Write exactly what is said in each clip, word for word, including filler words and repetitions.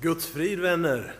Guds frid, vänner.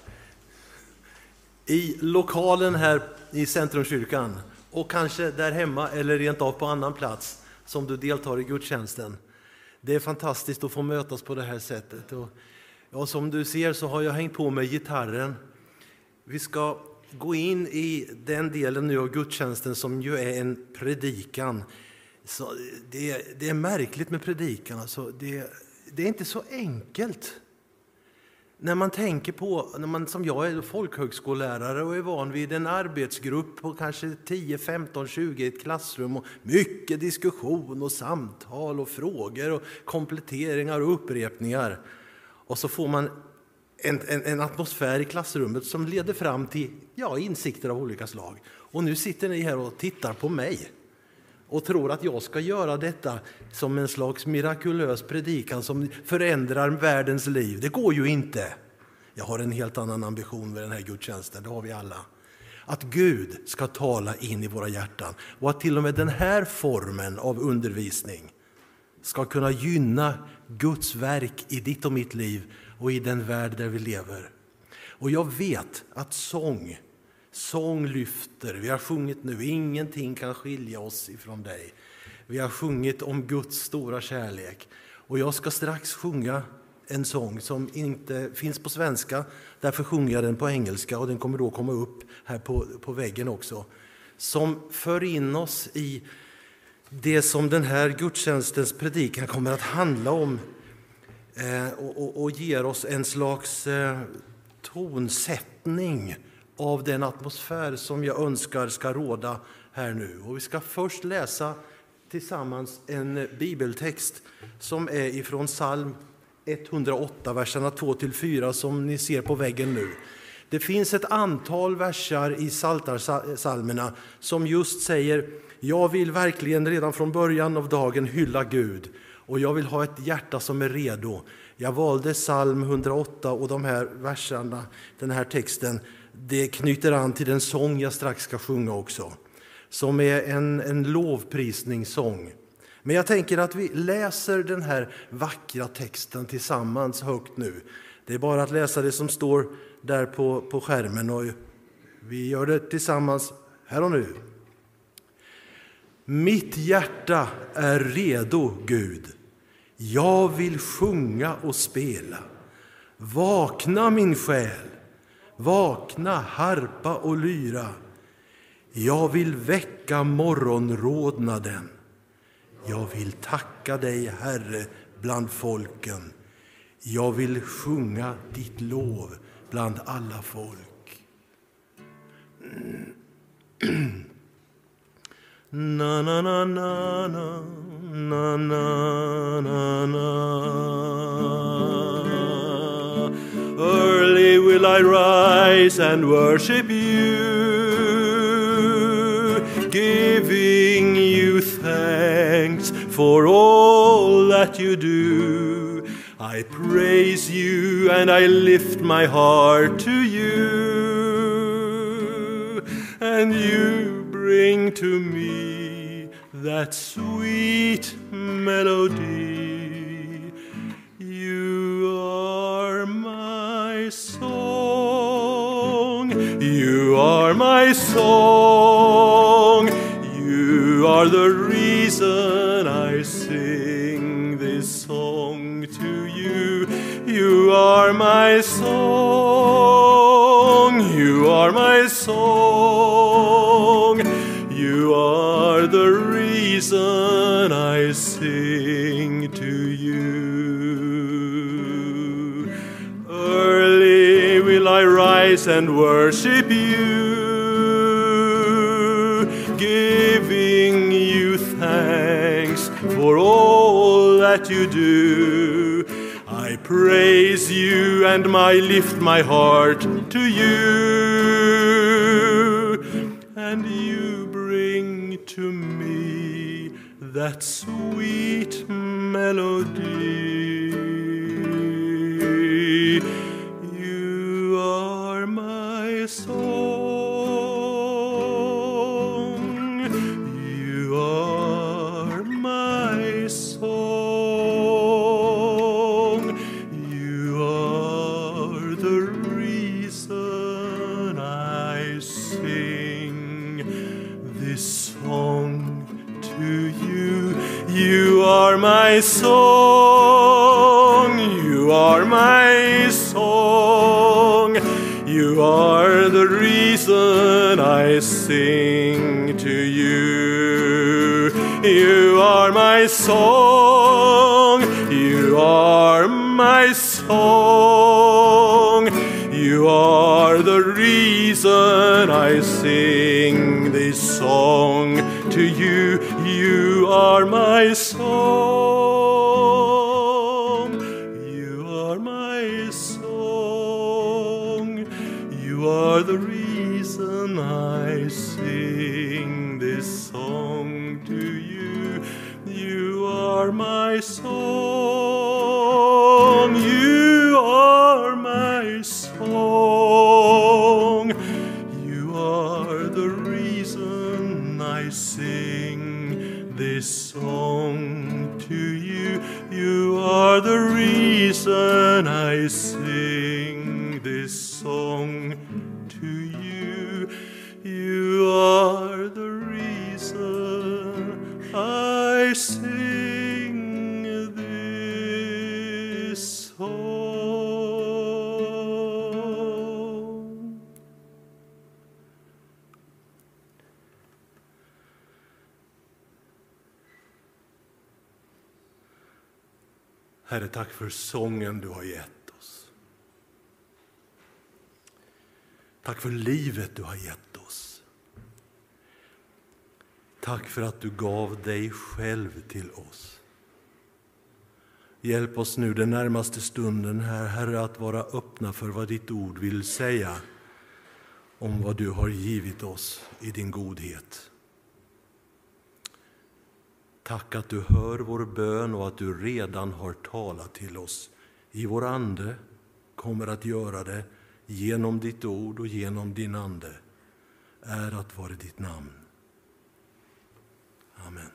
I lokalen här i Centrumkyrkan och kanske där hemma eller rent av på annan plats som du deltar i gudstjänsten. Det är fantastiskt att få mötas på det här sättet. Och ja, som du ser så har jag hängt på med gitarren. Vi ska gå in i den delen nu av gudstjänsten som ju är en predikan. Så det, det är märkligt med predikan. Alltså det, det är inte så enkelt. När man tänker på, när man, som jag är folkhögskollärare och är van vid en arbetsgrupp på kanske tio, femton, tjugo i ett klassrum och mycket diskussion och samtal och frågor och kompletteringar och upprepningar. Och så får man en, en, en atmosfär i klassrummet som leder fram till ja, insikter av olika slag. Och nu sitter ni här och tittar på mig och tror att jag ska göra detta som en slags mirakulös predikan som förändrar världens liv. Det går ju inte. Jag har en helt annan ambition med den här gudstjänsten, det har vi alla. Att Gud ska tala in i våra hjärtan och att till och med den här formen av undervisning ska kunna gynna Guds verk i ditt och mitt liv och i den värld där vi lever. Och jag vet att sång Sång lyfter. Vi har sjungit nu. Ingenting kan skilja oss ifrån dig. Vi har sjungit om Guds stora kärlek. Och jag ska strax sjunga en sång som inte finns på svenska. Därför sjunger jag den på engelska och den kommer då komma upp här på, på väggen också. Som för in oss i det som den här gudstjänstens predikan kommer att handla om. Eh, och, och, och ger oss en slags eh, tonsättning av den atmosfär som jag önskar ska råda här nu. Och vi ska först läsa tillsammans en bibeltext som är ifrån psalm etthundraåtta, verserna två till fyra som ni ser på väggen nu. Det finns ett antal versar i psaltarpsalmerna som just säger: jag vill verkligen redan från början av dagen hylla Gud och jag vill ha ett hjärta som är redo. Jag valde psalm etthundraåtta och de här verserna, den här texten, det knyter an till den sång jag strax ska sjunga också, som är en, en lovprisningssång. Men jag tänker att vi läser den här vackra texten tillsammans högt nu. Det är bara att läsa det som står där på, på skärmen och vi gör det tillsammans här och nu. Mitt hjärta är redo, Gud. Jag vill sjunga och spela. Vakna min själ. Vakna, harpa och lyra. Jag vill väcka morgonrodnaden. Jag vill tacka dig, Herre, bland folken. Jag vill sjunga ditt lov bland alla folk. Na na na na na na na na na. Early will I rise and worship you, giving you thanks for all that you do. I praise you and I lift my heart to you, and you bring to me that sweet melody. You are my song, you are my song, you are the reason I sing this song to you. You are my song, you are my song, you are the reason I sing to you. Early will I rise and worship you, giving you thanks for all that you do. I praise you and I lift my heart to you, and you bring to me that sweet melody. You are my song, you are my song, you are my song, you are my song, you are the reason I sing to you. You are my song, you are my song, you are the reason I sing this song to you. You are my song, you are my song, you are the reason I sing this song to you. You are my song, you are my song, you are the reason I sing this song to you. You are the reason I sing this song to you. You are the reason I sing this song. Herre, tack för sången du har gett oss. Tack för livet du har gett oss. Tack för att du gav dig själv till oss. Hjälp oss nu den närmaste stunden här, Herre, att vara öppna för vad ditt ord vill säga om vad du har givit oss i din godhet. Tack att du hör vår bön och att du redan har talat till oss i vår ande, kommer att göra det genom ditt ord och genom din ande. Är att vara ditt namn. Amen.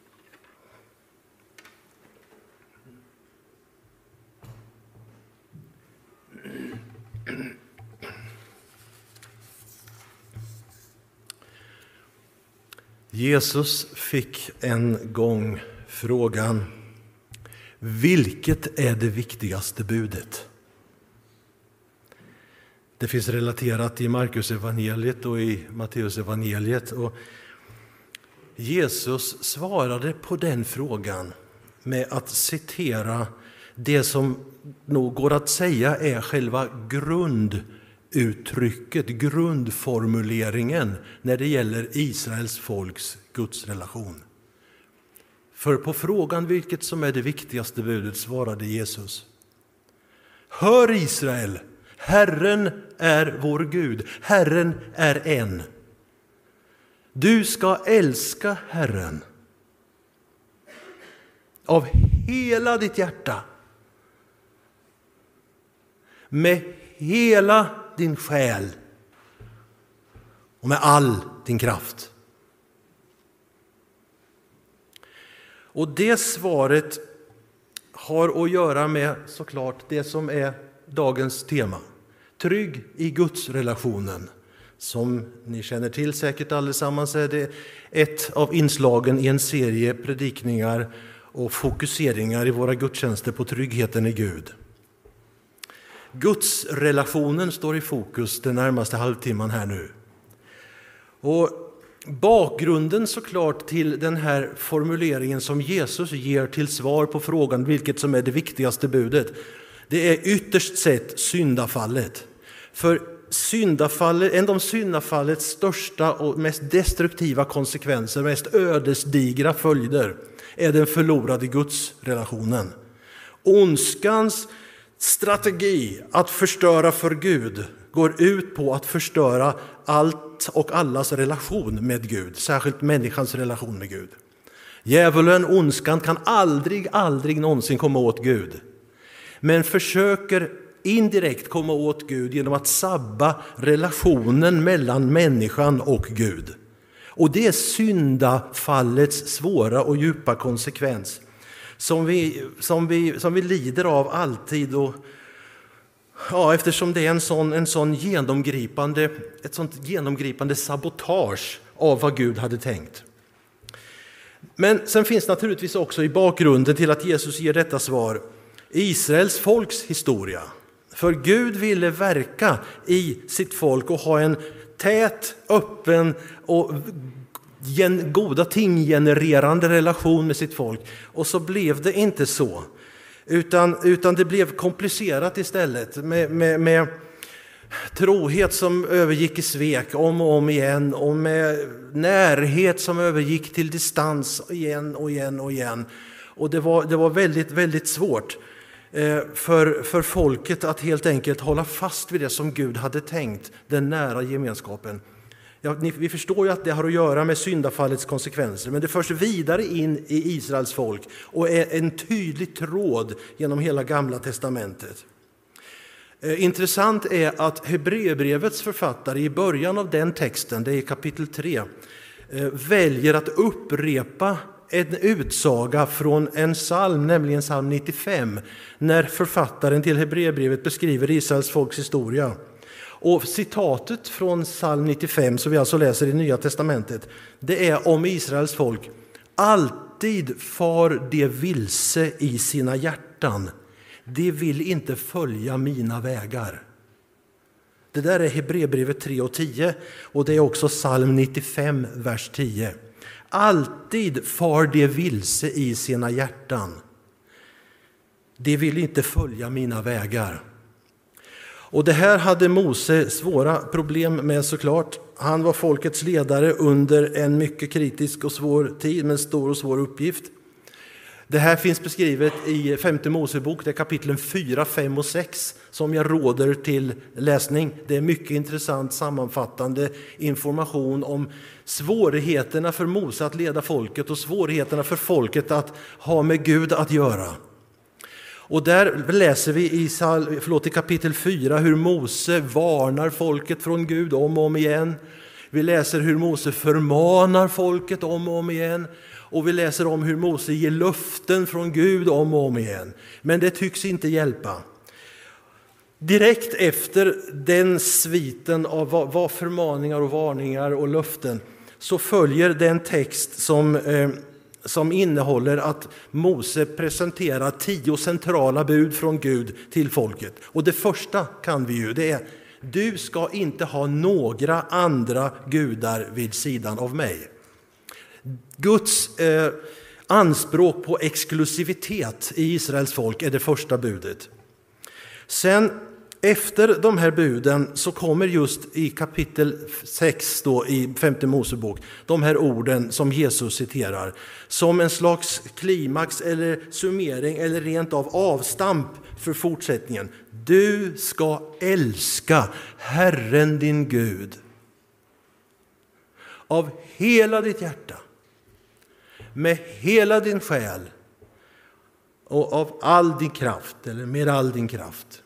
Jesus fick en gång frågan: vilket är det viktigaste budet? Det finns relaterat i Markus evangeliet och i Matteus evangeliet. Och Jesus svarade på den frågan med att citera det som nog går att säga är själva grunduttrycket, grundformuleringen när det gäller Israels folks gudsrelation. För på frågan vilket som är det viktigaste budet svarade Jesus: hör Israel, Herren är vår Gud, Herren är en. Du ska älska Herren av hela ditt hjärta, med hela din själ och med all din kraft. Och det svaret har att göra med såklart det som är dagens tema. Trygg i Guds relationen. Som ni känner till säkert allesammans är det ett av inslagen i en serie predikningar och fokuseringar i våra gudstjänster på tryggheten i Gud. Guds relationen står i fokus den närmaste halvtimman här nu. Och bakgrunden såklart till den här formuleringen som Jesus ger till svar på frågan vilket som är det viktigaste budet, det är ytterst sett syndafallet. För syndafallet, en av syndafallets största och mest destruktiva konsekvenser, mest ödesdigra följder, är den förlorade gudsrelationen. Ondskans strategi att förstöra för Gud går ut på att förstöra allt och allas relation med Gud, särskilt människans relation med Gud. Djävulen, ondskan, kan aldrig, aldrig någonsin komma åt Gud, men försöker indirekt komma åt Gud genom att sabba relationen mellan människan och Gud. Och det är syndafallets svåra och djupa konsekvens som vi, som vi, som vi lider av alltid. Och, ja, eftersom det är en sån, en sån genomgripande, ett sånt genomgripande sabotage av vad Gud hade tänkt. Men sen finns naturligtvis också i bakgrunden till att Jesus ger detta svar Israels folks historia. För Gud ville verka i sitt folk och ha en tät, öppen och gen, goda ting genererande relation med sitt folk. Och så blev det inte så. Utan, utan det blev komplicerat istället med, med, med trohet som övergick i svek om och om igen. Och med närhet som övergick till distans igen och igen och igen. Och det var, det var väldigt, väldigt svårt för, för folket att helt enkelt hålla fast vid det som Gud hade tänkt, den nära gemenskapen. Ja, ni, vi förstår ju att det har att göra med syndafallets konsekvenser, men det förs vidare in i Israels folk och är en tydlig tråd genom hela Gamla testamentet. Eh, intressant är att Hebreerbrevets författare i början av den texten, det är kapitel tre, eh, väljer att upprepa en utsaga från en psalm, nämligen psalm nittiofem, när författaren till Hebreerbrevet beskriver Israels folks historia. Och citatet från psalm nittiofem, som vi alltså läser i Nya testamentet, det är om Israels folk: alltid far de vilse i sina hjärtan, de vill inte följa mina vägar. Det där är Hebreerbrevet tre och tio, och det är också psalm nittiofem, vers tio. Alltid far de vilse i sina hjärtan, de vill inte följa mina vägar. Och det här hade Mose svåra problem med såklart. Han var folkets ledare under en mycket kritisk och svår tid, med en stor och svår uppgift. Det här finns beskrivet i femte Mosebok, det är kapitlen fyra, fem och sex som jag råder till läsning. Det är mycket intressant sammanfattande information om svårigheterna för Mose att leda folket och svårigheterna för folket att ha med Gud att göra. Och där läser vi i, förlåt, i kapitel fyra hur Mose varnar folket från Gud om och om igen. Vi läser hur Mose förmanar folket om och om igen. Och vi läser om hur Mose ger löften från Gud om och om igen. Men det tycks inte hjälpa. Direkt efter den sviten av vad förmaningar och varningar och löften så följer den text som... Eh, som innehåller att Mose presenterar tio centrala bud från Gud till folket. Och det första kan vi ju, det är: du ska inte ha några andra gudar vid sidan av mig. Guds eh, anspråk på exklusivitet i Israels folk är det första budet. Sen efter de här buden så kommer just i kapitel sex då, i femte Mosebok, de här orden som Jesus citerar som en slags klimax eller summering eller rent av avstamp för fortsättningen. Du ska älska Herren din Gud av hela ditt hjärta, med hela din själ och av all din kraft, eller med all din kraft.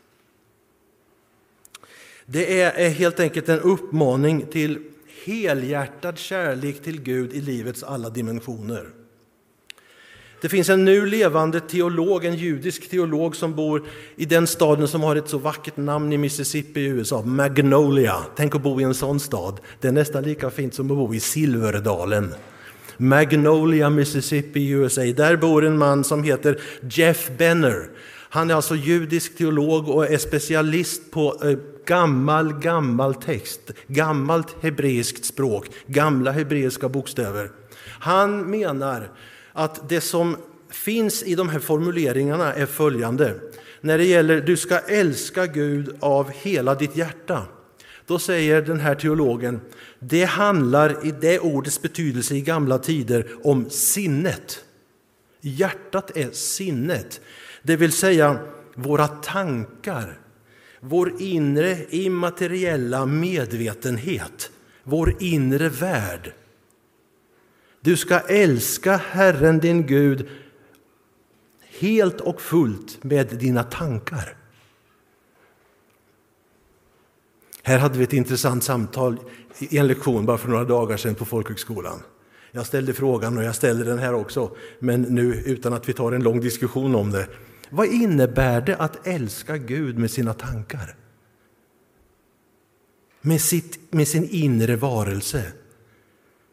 Det är helt enkelt en uppmaning till helhjärtad kärlek till Gud i livets alla dimensioner. Det finns en nu levande teolog, en judisk teolog som bor i den staden som har ett så vackert namn i Mississippi i U S A, Magnolia. Tänk att bo i en sån stad. Det är nästan lika fint som att bo i Silverdalen. Magnolia, Mississippi i U S A. Där bor en man som heter Jeff Benner. Han är alltså judisk teolog och är specialist på eh, gammal, gammal text, gammalt hebreiskt språk, gamla hebreiska bokstäver. Han menar att det som finns i de här formuleringarna är följande. När det gäller du ska älska Gud av hela ditt hjärta, då säger den här teologen, det handlar i det ordets betydelse i gamla tider om sinnet. Hjärtat är sinnet. Det vill säga våra tankar, vår inre immateriella medvetenhet, vår inre värld. Du ska älska Herren din Gud helt och fullt med dina tankar. Här hade vi ett intressant samtal i en lektion bara för några dagar sedan på folkhögskolan. Jag ställde frågan och jag ställer den här också, men nu utan att vi tar en lång diskussion om det. Vad innebär det att älska Gud med sina tankar? Med, sitt, med sin inre varelse?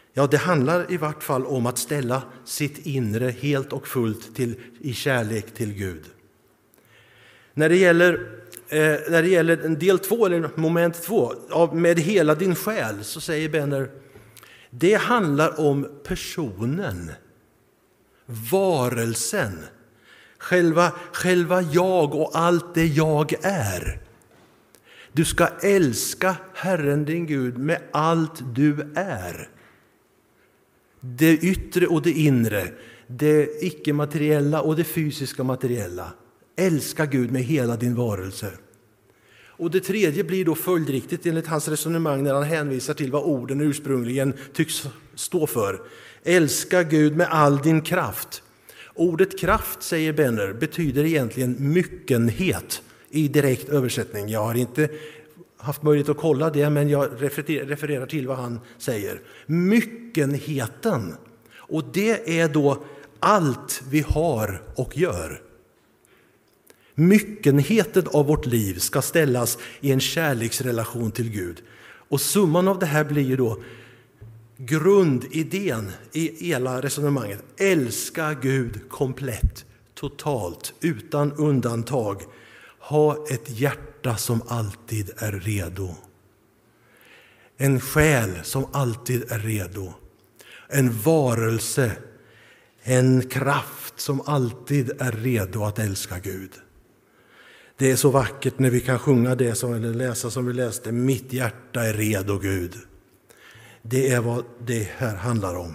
Ja, det handlar i vart fall om att ställa sitt inre helt och fullt till, i kärlek till Gud. När det gäller, eh, när det gäller del två, eller moment två, av med hela din själ, så säger Benner, det handlar om personen, varelsen, själva, själva jag och allt det jag är. Du ska älska Herren din Gud med allt du är. Det yttre och det inre, det icke-materiella och det fysiska materiella. Älska Gud med hela din varelse. Och det tredje blir då följdriktigt enligt hans resonemang när han hänvisar till vad orden ursprungligen tycks stå för. Älska Gud med all din kraft. Ordet kraft, säger Benner, betyder egentligen myckenhet i direkt översättning. Jag har inte haft möjlighet att kolla det, men jag refererar till vad han säger. Myckenheten. Och det är då allt vi har och gör. Myckenheten av vårt liv ska ställas i en kärleksrelation till Gud. Och summan av det här blir ju då grundidén i hela resonemanget. Älska Gud komplett, totalt, utan undantag. Ha ett hjärta som alltid är redo. En själ som alltid är redo. En varelse, en kraft som alltid är redo att älska Gud. Det är så vackert när vi kan sjunga det som, eller läsa som vi läste. Mitt hjärta är redo, Gud. Det är vad det här handlar om.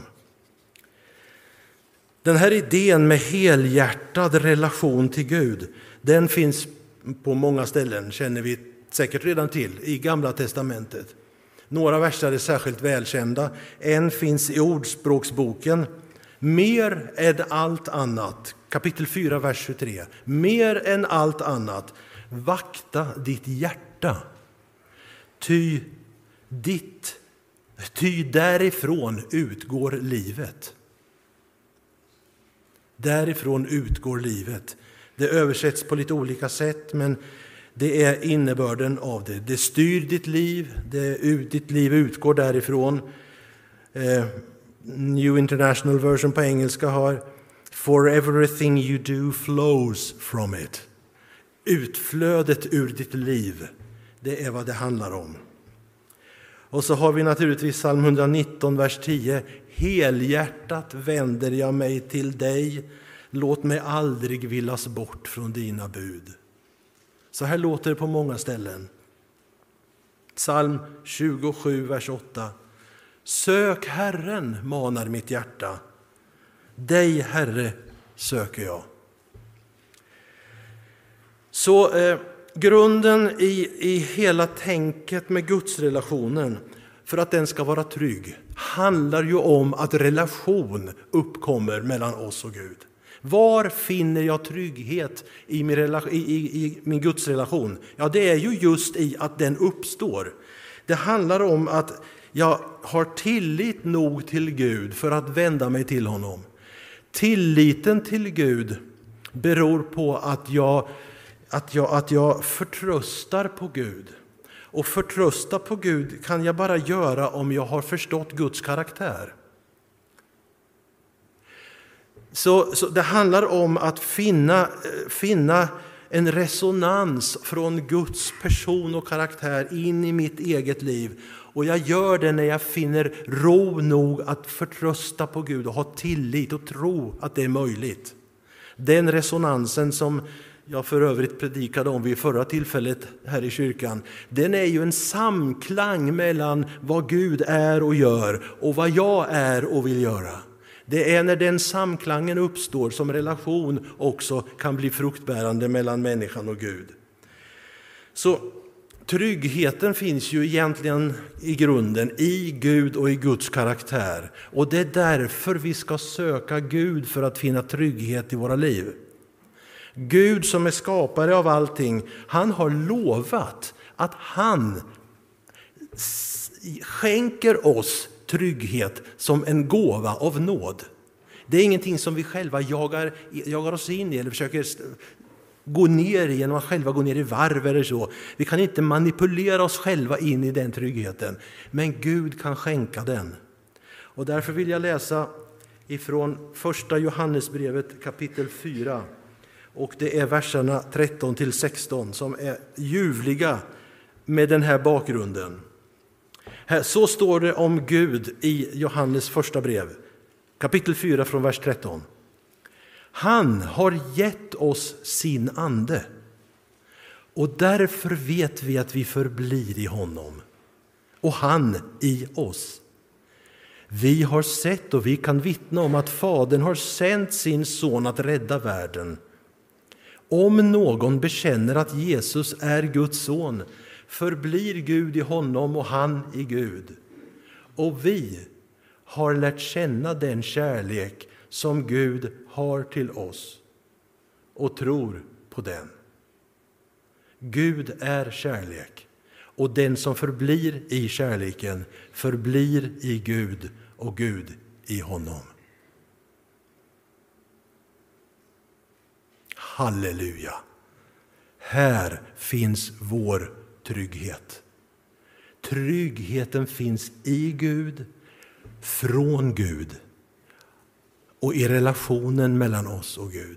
Den här idén med helhjärtad relation till Gud, den finns på många ställen, känner vi säkert redan till, i Gamla testamentet. Några verser är särskilt välkända. En finns i Ordspråksboken. Mer än allt annat, kapitel fyra, vers tjugotre. Mer än allt annat, vakta ditt hjärta. Ty, ditt, ty därifrån utgår livet. Därifrån utgår livet. Det översätts på lite olika sätt, men det är innebörden av det. Det styr ditt liv, det, ditt liv utgår därifrån. Eh, New International Version på engelska har For everything you do flows from it. Utflödet ur ditt liv, det är vad det handlar om. Och så har vi naturligtvis psalm etthundranitton, vers tio. Helhjärtat vänder jag mig till dig. Låt mig aldrig villas bort från dina bud. Så här låter det på många ställen. Psalm tjugosju, vers åtta. Sök Herren, manar mitt hjärta. Dig, Herre, söker jag. Så eh, grunden i, i hela tänket med Gudsrelationen, för att den ska vara trygg, handlar ju om att relation uppkommer mellan oss och Gud. Var finner jag trygghet i min, relation, i, i, i min Gudsrelation? Ja, det är ju just i att den uppstår. Det handlar om att jag har tillit nog till Gud för att vända mig till honom. Tilliten till Gud beror på att jag, att jag, att jag förtröstar på Gud. Och förtrösta på Gud kan jag bara göra om jag har förstått Guds karaktär. Så, så det handlar om att finna, finna en resonans från Guds person och karaktär in i mitt eget liv. Och jag gör det när jag finner ro nog att förtrösta på Gud och ha tillit och tro att det är möjligt. Den resonansen som jag för övrigt predikade om vid förra tillfället här i kyrkan, den är ju en samklang mellan vad Gud är och gör och vad jag är och vill göra. Det är när den samklangen uppstår som relation också kan bli fruktbärande mellan människan och Gud. Så tryggheten finns ju egentligen i grunden i Gud och i Guds karaktär. Och det är därför vi ska söka Gud för att finna trygghet i våra liv. Gud som är skapare av allting, han har lovat att han skänker oss trygghet som en gåva av nåd. Det är ingenting som vi själva jagar, jagar oss in i eller försöker gå ner i genom att själva gå ner i varv eller så. Vi kan inte manipulera oss själva in i den tryggheten. Men Gud kan skänka den. Och därför vill jag läsa ifrån första Johannesbrevet kapitel fyra. Och det är verserna tretton till sexton som är ljuvliga med den här bakgrunden. Här, så står det om Gud i Johannes första brev, kapitel fyra från vers tretton. Han har gett oss sin ande, och därför vet vi att vi förblir i honom, och han i oss. Vi har sett och vi kan vittna om att Fadern har sänt sin son att rädda världen. Om någon bekänner att Jesus är Guds son, förblir Gud i honom och han i Gud. Och vi har lärt känna den kärlek som Gud har till oss och tror på den. Gud är kärlek, och den som förblir i kärleken förblir i Gud och Gud i honom. Halleluja! Här finns vår trygghet. Tryggheten finns i Gud, från Gud och i relationen mellan oss och Gud.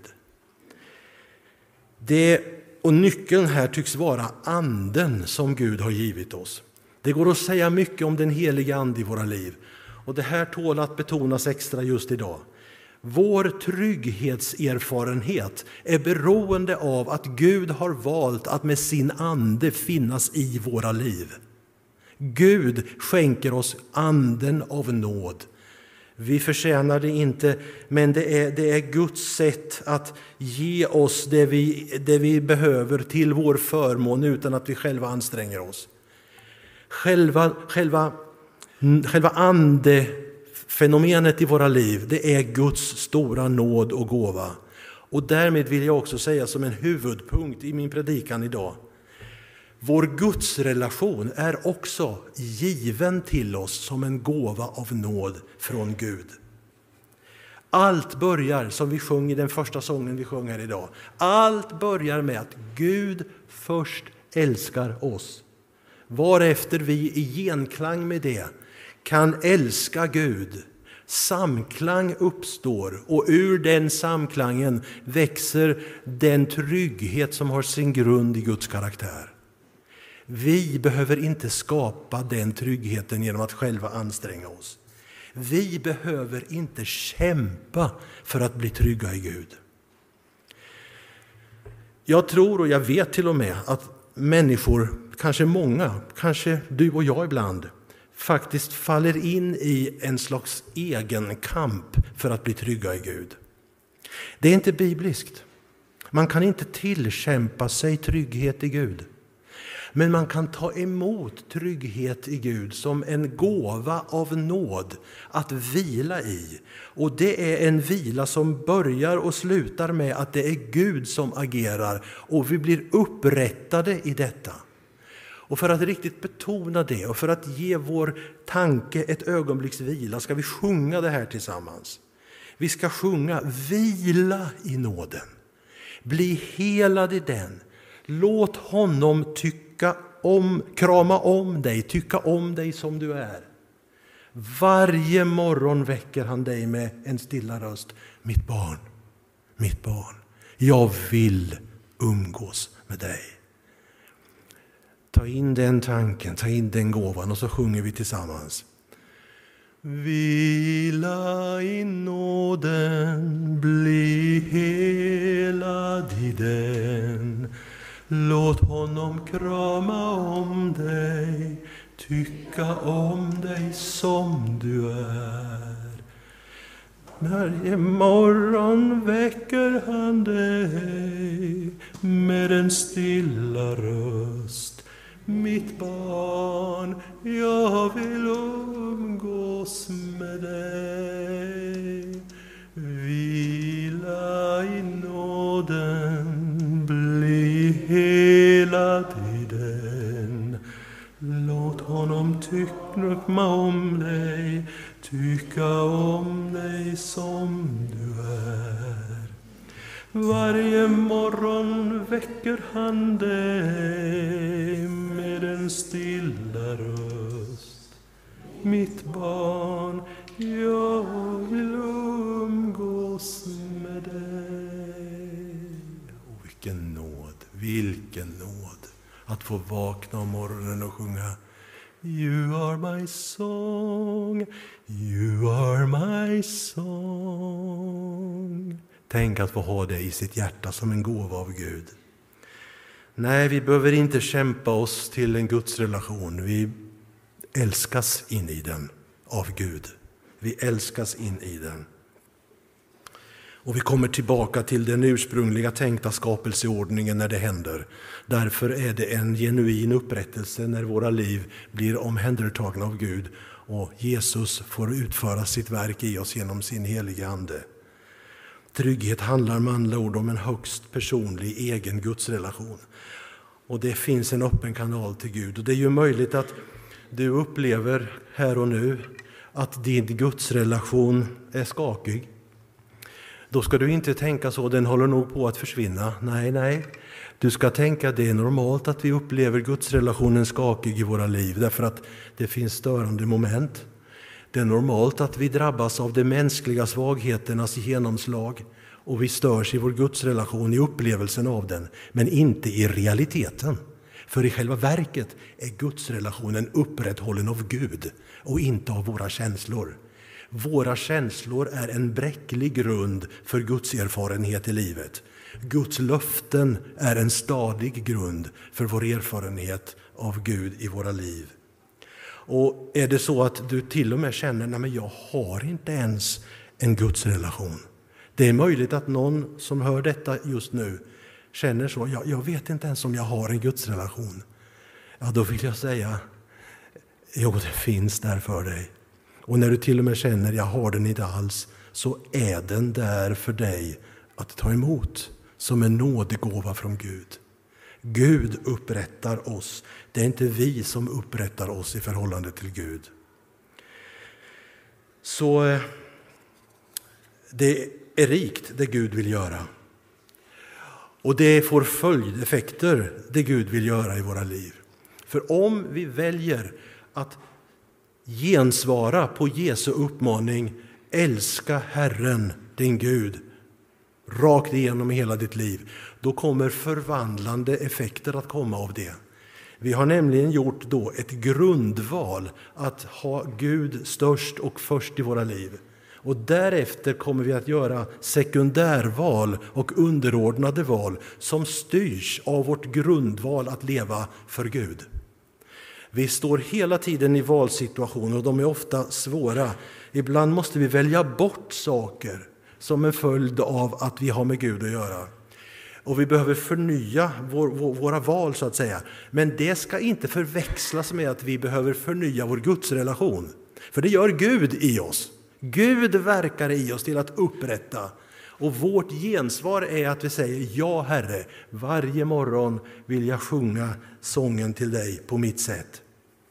Det, och nyckeln här tycks vara anden som Gud har givit oss. Det går att säga mycket om den heliga ande i våra liv, och det här tål att betonas extra just idag. Vår trygghetserfarenhet är beroende av att Gud har valt att med sin ande finnas i våra liv. Gud skänker oss anden av nåd. Vi förtjänar det inte, men det är, det är Guds sätt att ge oss det vi, det vi behöver till vår förmån utan att vi själva anstränger oss. Själva, själva, själva andefenomenet i våra liv, det är Guds stora nåd och gåva. Och därmed vill jag också säga som en huvudpunkt i min predikan idag: vår Gudsrelation är också given till oss som en gåva av nåd från Gud. Allt börjar, som vi sjöng i den första sången vi sjöng här idag, allt börjar med att Gud först älskar oss. Varefter vi i genklang med det kan älska Gud. Samklang uppstår, och ur den samklangen växer den trygghet som har sin grund i Guds karaktär. Vi behöver inte skapa den tryggheten genom att själva anstränga oss. Vi behöver inte kämpa för att bli trygga i Gud. Jag tror, och jag vet till och med, att människor, kanske många, kanske du och jag ibland, faktiskt faller in i en slags egen kamp för att bli trygga i Gud. Det är inte bibliskt. Man kan inte tillkämpa sig trygghet i Gud. Men man kan ta emot trygghet i Gud som en gåva av nåd att vila i. Och det är en vila som börjar och slutar med att det är Gud som agerar, och vi blir upprättade i detta. Och för att riktigt betona det och för att ge vår tanke ett ögonblicks vila ska vi sjunga det här tillsammans. Vi ska sjunga: vila i nåden. Bli helad i den. Låt honom tycka om, krama om dig, tycka om dig som du är. Varje morgon väcker han dig med en stilla röst: mitt barn, mitt barn, jag vill umgås med dig. Ta in den tanken, ta in den gåvan, och så sjunger vi tillsammans. Vila i nåden, bli helad i den. Låt honom krama om dig, tycka om dig som du är. Varje morgon väcker han dig med en stilla röst. Mitt barn, jag vill umgås med dig. Vila i nåden, bli helad i den. Låt honom tycka om dig, tycka om dig som du är. Varje morgon väcker han dig med en stilla röst. Mitt barn, vilken nåd att få vakna om morgonen och sjunga You are my song, you are my song. Tänk att få ha det i sitt hjärta som en gåva av Gud. Nej, vi behöver inte kämpa oss till en gudsrelation. Vi älskas in i den av Gud. Vi älskas in i den. Och vi kommer tillbaka till den ursprungliga tänkta skapelseordningen när det händer. Därför är det en genuin upprättelse när våra liv blir omhändertagna av Gud och Jesus får utföra sitt verk i oss genom sin heliga ande. Trygghet handlar med andra ord om en högst personlig egen gudsrelation. Och det finns en öppen kanal till Gud. Och det är ju möjligt att du upplever här och nu att din gudsrelation är skakig. Då ska du inte tänka så, den håller nog på att försvinna. Nej, nej. Du ska tänka att det är normalt att vi upplever gudsrelationen skakig i våra liv. Därför att det finns störande moment. Det är normalt att vi drabbas av de mänskliga svagheternas genomslag. Och vi störs i vår gudsrelation, i upplevelsen av den. Men inte i realiteten. För i själva verket är gudsrelationen upprätthållen av Gud och inte av våra känslor. Våra känslor är en bräcklig grund för Guds erfarenhet i livet. Guds löften är en stadig grund för vår erfarenhet av Gud i våra liv. Och är det så att du till och med känner, nej men jag har inte ens en gudsrelation. Det är möjligt att någon som hör detta just nu känner så, jag, jag vet inte ens om jag har en gudsrelation. Ja, då vill jag säga, jo det finns där för dig. Och när du till och med känner, jag har den inte alls, så är den där för dig att ta emot som en nådegåva från Gud. Gud upprättar oss. Det är inte vi som upprättar oss i förhållande till Gud. Så det är rikt det Gud vill göra. Och det får följdeffekter det Gud vill göra i våra liv. För om vi väljer att gensvara på Jesu uppmaning, älska Herren din Gud rakt igenom hela ditt liv, då kommer förvandlande effekter att komma av det. Vi har nämligen gjort då ett grundval att ha Gud störst och först i våra liv. Och därefter kommer vi att göra sekundärval och underordnade val som styrs av vårt grundval att leva för Gud. Vi står hela tiden i valsituationer och de är ofta svåra. Ibland måste vi välja bort saker som en följd av att vi har med Gud att göra. Och vi behöver förnya vår, vår, våra val så att säga. Men det ska inte förväxlas med att vi behöver förnya vår gudsrelation. För det gör Gud i oss. Gud verkar i oss till att upprätta. Och vårt gensvar är att vi säger, ja Herre, varje morgon vill jag sjunga sången till dig på mitt sätt.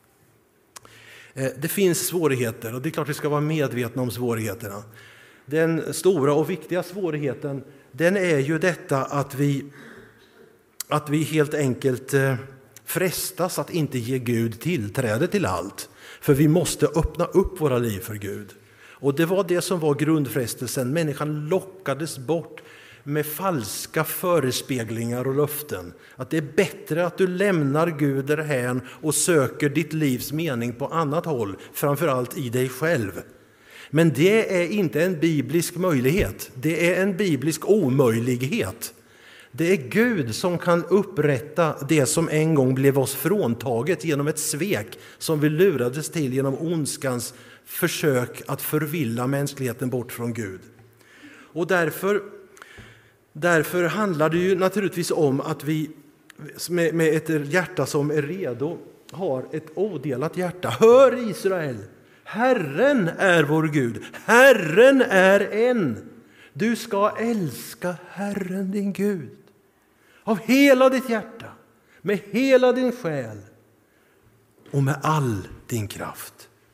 Det finns svårigheter och det är klart att vi ska vara medvetna om svårigheterna. Den stora och viktiga svårigheten, den är ju detta att vi, att vi helt enkelt frestas att inte ge Gud tillträde till allt. För vi måste öppna upp våra liv för Gud. Och det var det som var grundfrestelsen. Människan lockades bort med falska förespeglingar och löften. Att det är bättre att du lämnar Gud därhän och söker ditt livs mening på annat håll. Framförallt i dig själv. Men det är inte en biblisk möjlighet. Det är en biblisk omöjlighet. Det är Gud som kan upprätta det som en gång blev oss fråntaget genom ett svek som vi lurades till genom ondskans försök att förvilla mänskligheten bort från Gud. Och därför, därför handlar det ju naturligtvis om att vi med, med ett hjärta som är redo har ett odelat hjärta. Hör Israel, Herren är vår Gud, Herren är en. Du ska älska Herren din Gud av hela ditt hjärta, med hela din själ och med all din kraft.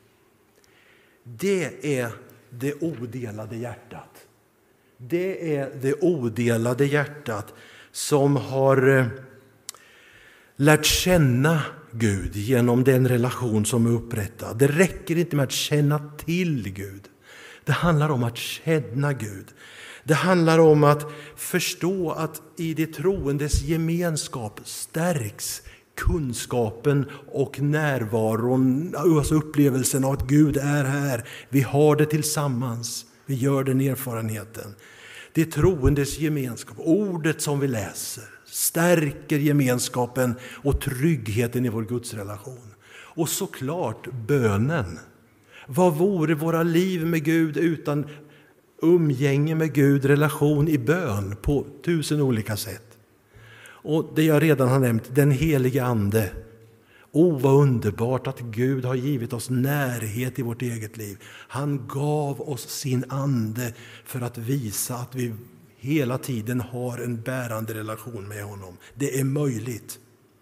Det är det odelade hjärtat. Det är det odelade hjärtat som har lärt känna Gud genom den relation som är upprättad. Det räcker inte med att känna till Gud. Det handlar om att känna Gud. Det handlar om att förstå att i det troendes gemenskap stärks kunskapen och närvaron, alltså upplevelsen av att Gud är här. Vi har det tillsammans, vi gör den erfarenheten. Det troendes gemenskap, ordet som vi läser, stärker gemenskapen och tryggheten i vår gudsrelation. Och såklart bönen. Vad vore våra liv med Gud utan umgänge med Gud, relation i bön på tusen olika sätt? Och det jag redan har nämnt, den heliga ande. Åh, vad underbart att Gud har givit oss närhet i vårt eget liv. Han gav oss sin ande för att visa att vi hela tiden har en bärande relation med honom. Det är möjligt.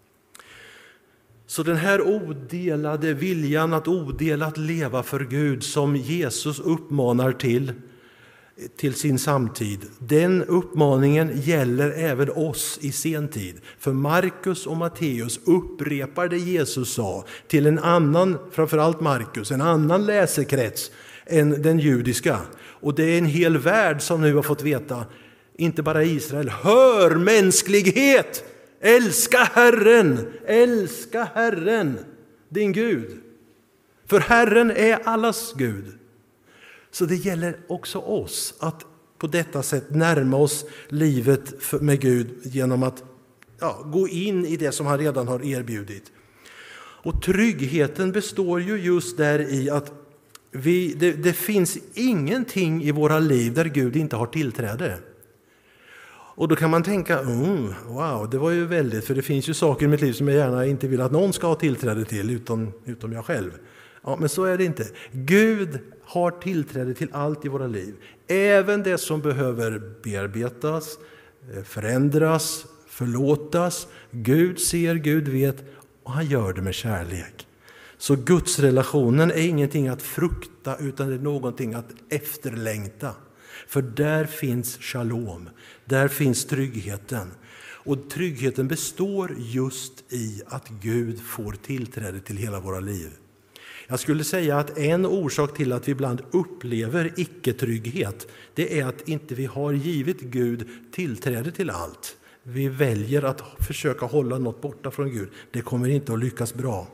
Så den här odelade viljan att odelat leva för Gud som Jesus uppmanar till, till sin samtid, den uppmaningen gäller även oss i sen tid. För Markus och Matteus upprepar det Jesus sa till en annan, framförallt Markus, en annan läsekrets än den judiska. Och det är en hel värld som nu har fått veta, inte bara Israel, hör mänsklighet! Älska Herren, älska Herren, din Gud. För Herren är allas Gud. Så det gäller också oss att på detta sätt närma oss livet med Gud genom att ja, gå in i det som han redan har erbjudit. Och tryggheten består ju just där i att vi, det, det finns ingenting i våra liv där Gud inte har tillträde. Och då kan man tänka, mm, wow, det var ju väldigt, för det finns ju saker i mitt liv som jag gärna inte vill att någon ska ha tillträde till, utom, utom jag själv. Ja, men så är det inte. Gud har tillträde till allt i våra liv. Även det som behöver bearbetas, förändras, förlåtas. Gud ser, Gud vet, och han gör det med kärlek. Så Guds relationen är ingenting att frukta, utan det är någonting att efterlängta. För där finns shalom, där finns tryggheten. Och tryggheten består just i att Gud får tillträde till hela våra liv. Jag skulle säga att en orsak till att vi ibland upplever icke-trygghet, det är att inte vi har givit Gud tillträde till allt. Vi väljer att försöka hålla något borta från Gud. Det kommer inte att lyckas bra.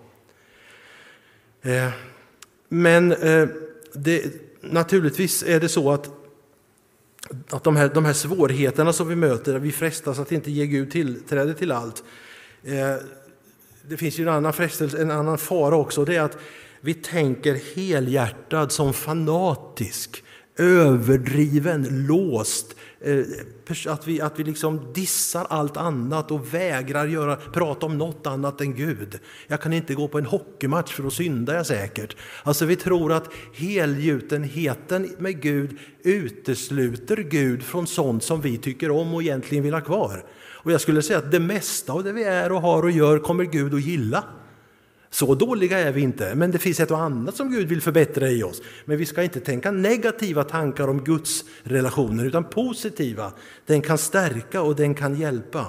Men det, naturligtvis är det så att Att de här, de här svårigheterna som vi möter, vi frestas att inte ge Gud tillträde till allt. Eh, det finns ju en annan frestelse, en annan fara också. Det är att vi tänker helhjärtad som fanatisk, överdriven, låst. Eh, att vi, att vi liksom dissar allt annat och vägrar göra, prata om något annat än Gud. Jag kan inte gå på en hockeymatch för att synda jag säkert. Alltså vi tror att helgjutenheten med Gud utesluter Gud från sånt som vi tycker om och egentligen vill ha kvar. Och jag skulle säga att det mesta av det vi är och har och gör kommer Gud att gilla. Så dåliga är vi inte, men det finns ett och annat som Gud vill förbättra i oss. Men vi ska inte tänka negativa tankar om Guds relationer, utan positiva. Den kan stärka och den kan hjälpa.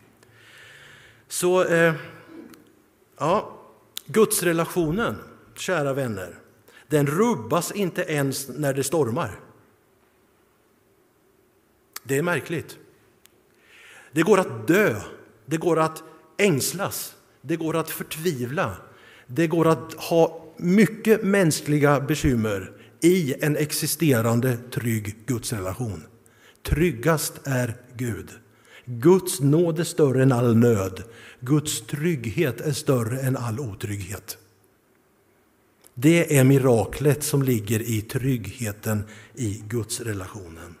Så, eh, ja, Guds relationen, kära vänner, den rubbas inte ens när det stormar. Det är märkligt. Det går att dö, det går att ängslas, det går att förtvivla. Det går att ha mycket mänskliga bekymmer i en existerande trygg gudsrelation. Tryggast är Gud. Guds nåd är större än all nöd. Guds trygghet är större än all otrygghet. Det är miraklet som ligger i tryggheten i gudsrelationen.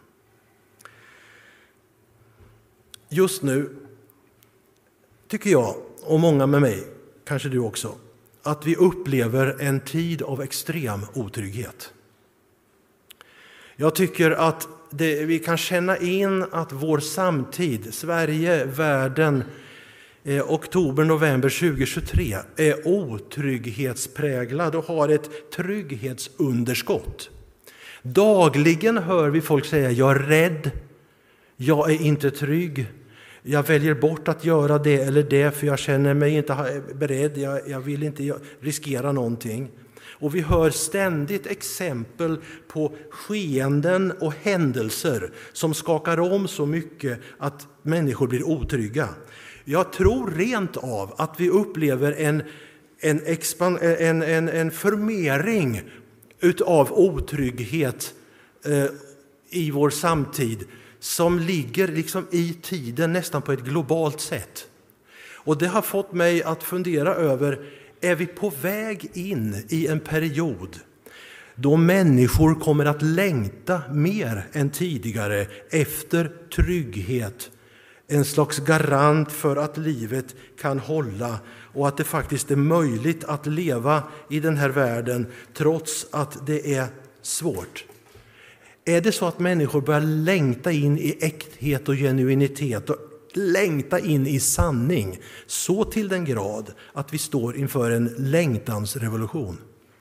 Just nu tycker jag, och många med mig, kanske du också, att vi upplever en tid av extrem otrygghet. Jag tycker att det, vi kan känna in att vår samtid, Sverige, världen, eh, oktober-november tjugohundratjugotre är otrygghetspräglad och har ett trygghetsunderskott. Dagligen hör vi folk säga, jag är rädd, jag är inte trygg. Jag väljer bort att göra det eller det för jag känner mig inte beredd. Jag, jag vill inte riskera någonting. Och vi hör ständigt exempel på skeenden och händelser som skakar om så mycket att människor blir otrygga. Jag tror rent av att vi upplever en, en, expan- en, en, en förmering utav otrygghet eh, i vår samtid som ligger liksom i tiden nästan på ett globalt sätt. Och det har fått mig att fundera över, är vi på väg in i en period då människor kommer att längta mer än tidigare efter trygghet, en slags garant för att livet kan hålla och att det faktiskt är möjligt att leva i den här världen trots att det är svårt? Är det så att människor börjar längta in i äkthet och genuinitet och längta in i sanning så till den grad att vi står inför en längtansrevolution?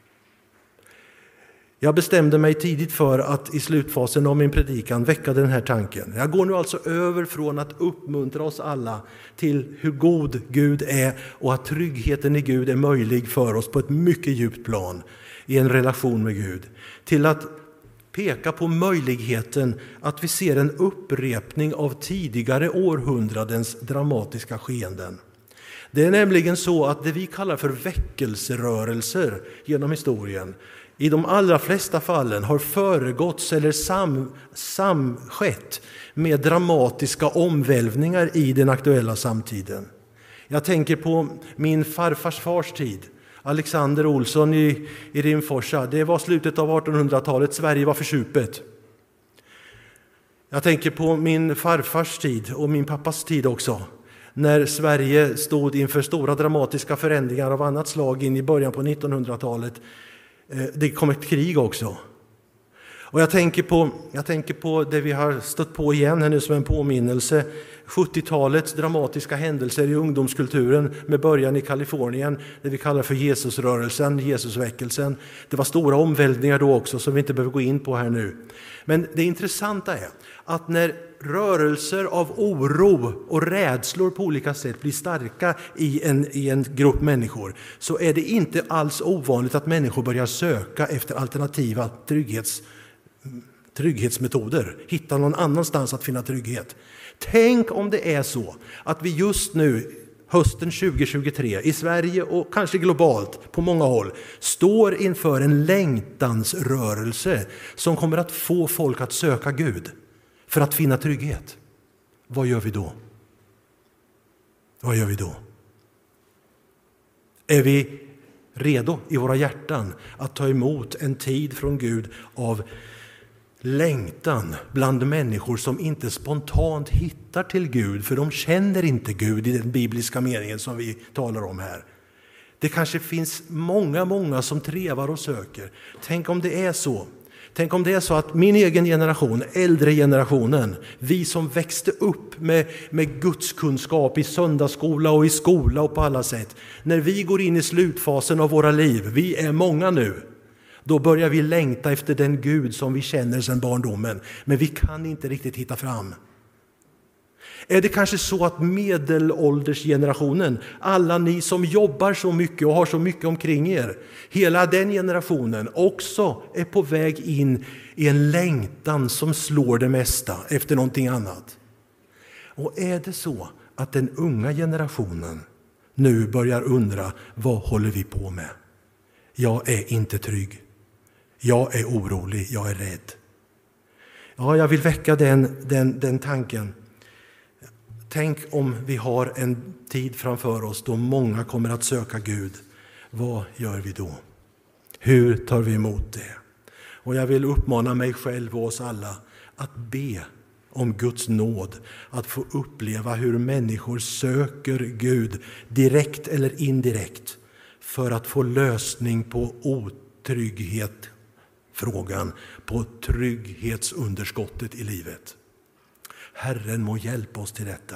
Jag bestämde mig tidigt för att i slutfasen av min predikan väcka den här tanken. Jag går nu alltså över från att uppmuntra oss alla till hur god Gud är och att tryggheten i Gud är möjlig för oss på ett mycket djupt plan i en relation med Gud, till att peka på möjligheten att vi ser en upprepning av tidigare århundradens dramatiska skeenden. Det är nämligen så att det vi kallar för väckelserörelser genom historien i de allra flesta fallen har föregåtts eller sam, samskett med dramatiska omvälvningar i den aktuella samtiden. Jag tänker på min farfars fars tid. Alexander Olsson i, i Rimforsa. Det var slutet av artonhundratalet. Sverige var försupet. Jag tänker på min farfars tid och min pappas tid också. När Sverige stod inför stora dramatiska förändringar av annat slag in i början på nittonhundratalet. Det kom ett krig också. Och jag tänker på, jag tänker på det vi har stött på igen här nu som en påminnelse. sjuttiotalets dramatiska händelser i ungdomskulturen med början i Kalifornien. Det vi kallar för Jesusrörelsen, Jesusväckelsen. Det var stora omvälvningar då också som vi inte behöver gå in på här nu. Men det intressanta är att när rörelser av oro och rädslor på olika sätt blir starka i en, i en grupp människor, så är det inte alls ovanligt att människor börjar söka efter alternativa trygghets, trygghetsmetoder. Hitta någon annanstans att finna trygghet. Tänk om det är så att vi just nu, hösten tjugo tjugotre, i Sverige och kanske globalt på många håll, står inför en längtansrörelse som kommer att få folk att söka Gud för att finna trygghet. Vad gör vi då? Vad gör vi då? Är vi redo i våra hjärtan att ta emot en tid från Gud av längtan bland människor som inte spontant hittar till Gud, för de känner inte Gud i den bibliska meningen som vi talar om här. Det kanske finns många, många som trevar och söker. Tänk om det är så. Tänk om det är så att min egen generation, äldre generationen, vi som växte upp med, med Guds kunskap i söndagsskola och i skola och på alla sätt, när vi går in i slutfasen av våra liv, vi är många nu, då börjar vi längta efter den Gud som vi känner sedan barndomen, men vi kan inte riktigt hitta fram. Är det kanske så att medelåldersgenerationen, alla ni som jobbar så mycket och har så mycket omkring er, hela den generationen också är på väg in i en längtan som slår det mesta efter någonting annat? Och är det så att den unga generationen nu börjar undra, vad håller vi på med? Jag är inte trygg. Jag är orolig, jag är rädd. Ja, jag vill väcka den, den, den tanken. Tänk om vi har en tid framför oss då många kommer att söka Gud. Vad gör vi då? Hur tar vi emot det? Och jag vill uppmana mig själv och oss alla att be om Guds nåd. Att få uppleva hur människor söker Gud direkt eller indirekt för att få lösning på otrygghet, frågan på trygghetsunderskottet i livet. Herren må hjälpa oss till detta.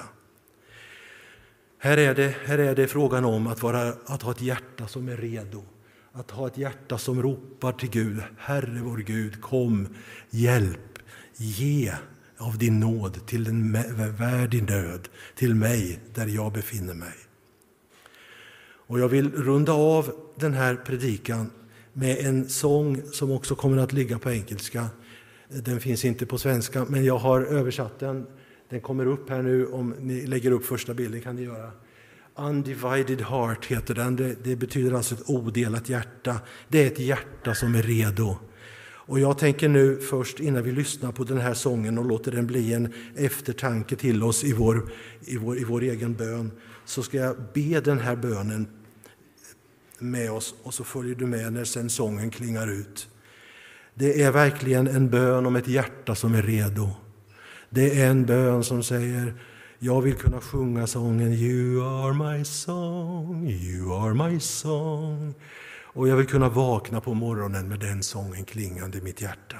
Här är det, här är det frågan om att, vara, att ha ett hjärta som är redo. Att ha ett hjärta som ropar till Gud. Herre vår Gud, kom, hjälp, ge av din nåd till en värld i nöd, till mig där jag befinner mig. Och jag vill runda av den här predikan med en sång som också kommer att ligga på engelska. Den finns inte på svenska, men jag har översatt den. Den kommer upp här nu, om ni lägger upp första bilden kan ni göra. Undivided heart heter den. Det, det betyder alltså ett odelat hjärta. Det är ett hjärta som är redo. Och jag tänker nu först, innan vi lyssnar på den här sången och låter den bli en eftertanke till oss i vår, i vår, i vår egen bön, så ska jag be den här bönen med oss, och så följer du med när sen sången klingar ut. Det är verkligen en bön om ett hjärta som är redo. Det är en bön som säger: jag vill kunna sjunga sången You are my song, you are my song. Och jag vill kunna vakna på morgonen med den sången klingande i mitt hjärta.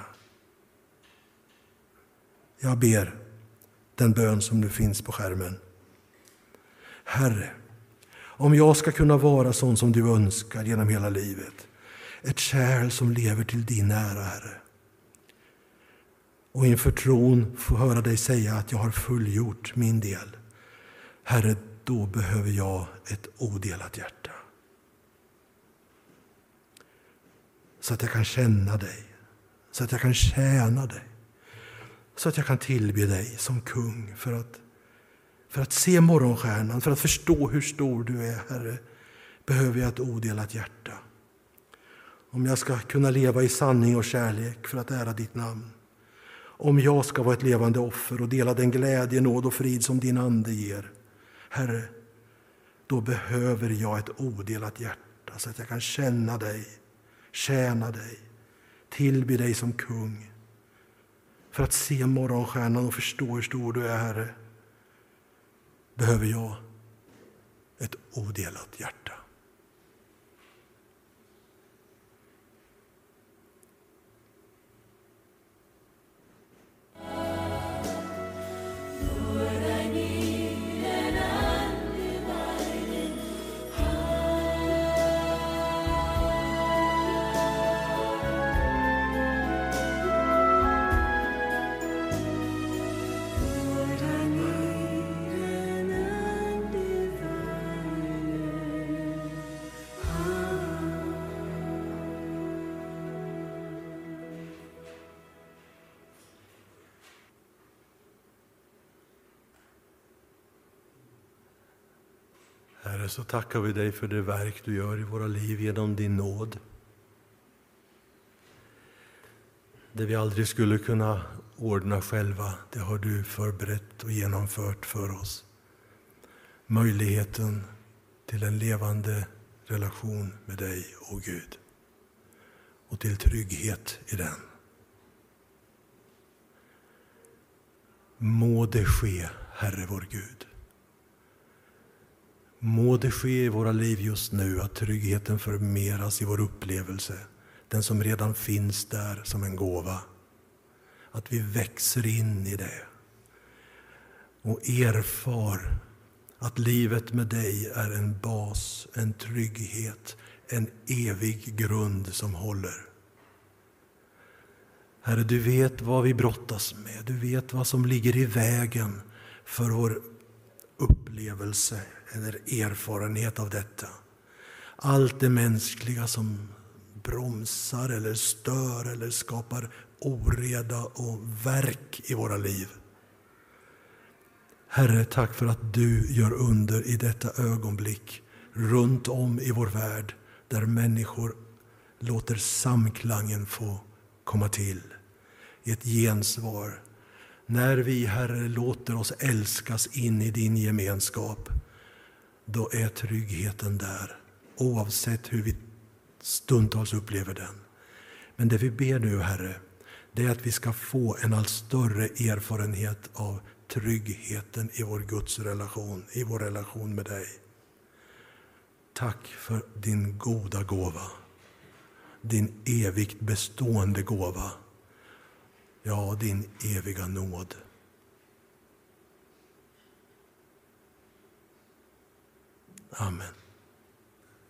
Jag ber den bön som nu finns på skärmen. Herre, om jag ska kunna vara sån som du önskar genom hela livet, ett kärl som lever till din ära, Herre, och inför tron få höra dig säga att jag har fullgjort min del, Herre, då behöver jag ett odelat hjärta. Så att jag kan känna dig, så att jag kan tjäna dig, så att jag kan tillbe dig som kung. För att, för att se morgonstjärnan, för att förstå hur stor du är, Herre, behöver jag ett odelat hjärta. Om jag ska kunna leva i sanning och kärlek för att ära ditt namn, om jag ska vara ett levande offer och dela den glädje, nåd och frid som din ande ger, Herre, då behöver jag ett odelat hjärta så att jag kan känna dig, tjäna dig, tillbe dig som kung. För att se morgonstjärnan och förstå hur stor du är, Herre, behöver jag ett odelat hjärta. Herre, så tackar vi dig för det verk du gör i våra liv genom din nåd. Det vi aldrig skulle kunna ordna själva, det har du förberett och genomfört för oss. Möjligheten till en levande relation med dig, o Gud, och till trygghet i den. Må det ske, Herre vår Gud. Må det ske i våra liv just nu att tryggheten förmeras i vår upplevelse, den som redan finns där som en gåva. Att vi växer in i det och erfar att livet med dig är en bas, en trygghet, en evig grund som håller. Herre, du vet vad vi brottas med, du vet vad som ligger i vägen för vår upplevelse eller erfarenhet av detta. Allt det mänskliga som bromsar eller stör eller skapar oreda och verk i våra liv. Herre, tack för att du gör under i detta ögonblick runt om i vår värld, där människor låter samklangen få komma till i ett gensvar. När vi, Herre, låter oss älskas in i din gemenskap, då är tryggheten där, oavsett hur vi stundtals upplever den. Men det vi ber nu, Herre, det är att vi ska få en allt större erfarenhet av tryggheten i vår Guds relation, i vår relation med dig. Tack för din goda gåva, din evigt bestående gåva, ja, din eviga nåd. Amen.